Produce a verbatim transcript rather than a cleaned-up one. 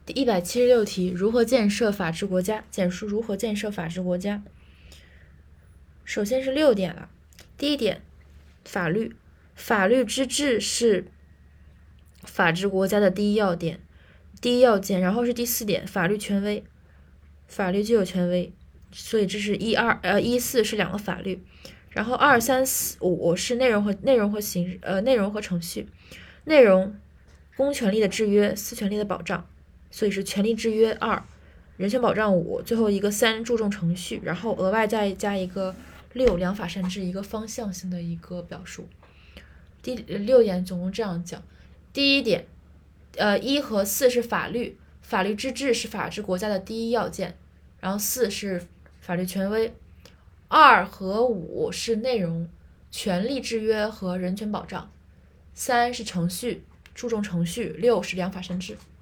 第一百七十六题，如何建设法治国家？简述如何建设法治国家。首先是六点了。第一点，法律，法律之治是法治国家的第一要点，第一要件。然后是第四点，法律权威，法律具有权威，所以这是一二呃一四是两个法律。然后二三四五是内容和内容和形呃内容和程序，内容公权力的制约，私权力的保障，所以是权利制约二，人权保障五，最后一个三注重程序，然后额外再加一个六良法善治，一个方向性的一个表述。第六点总共这样讲，第一点，呃一和四是法律，法律之治是法治国家的第一要件，然后四是法律权威。二和五是内容、权利制约和人权保障，三是程序，注重程序，六是良法善治。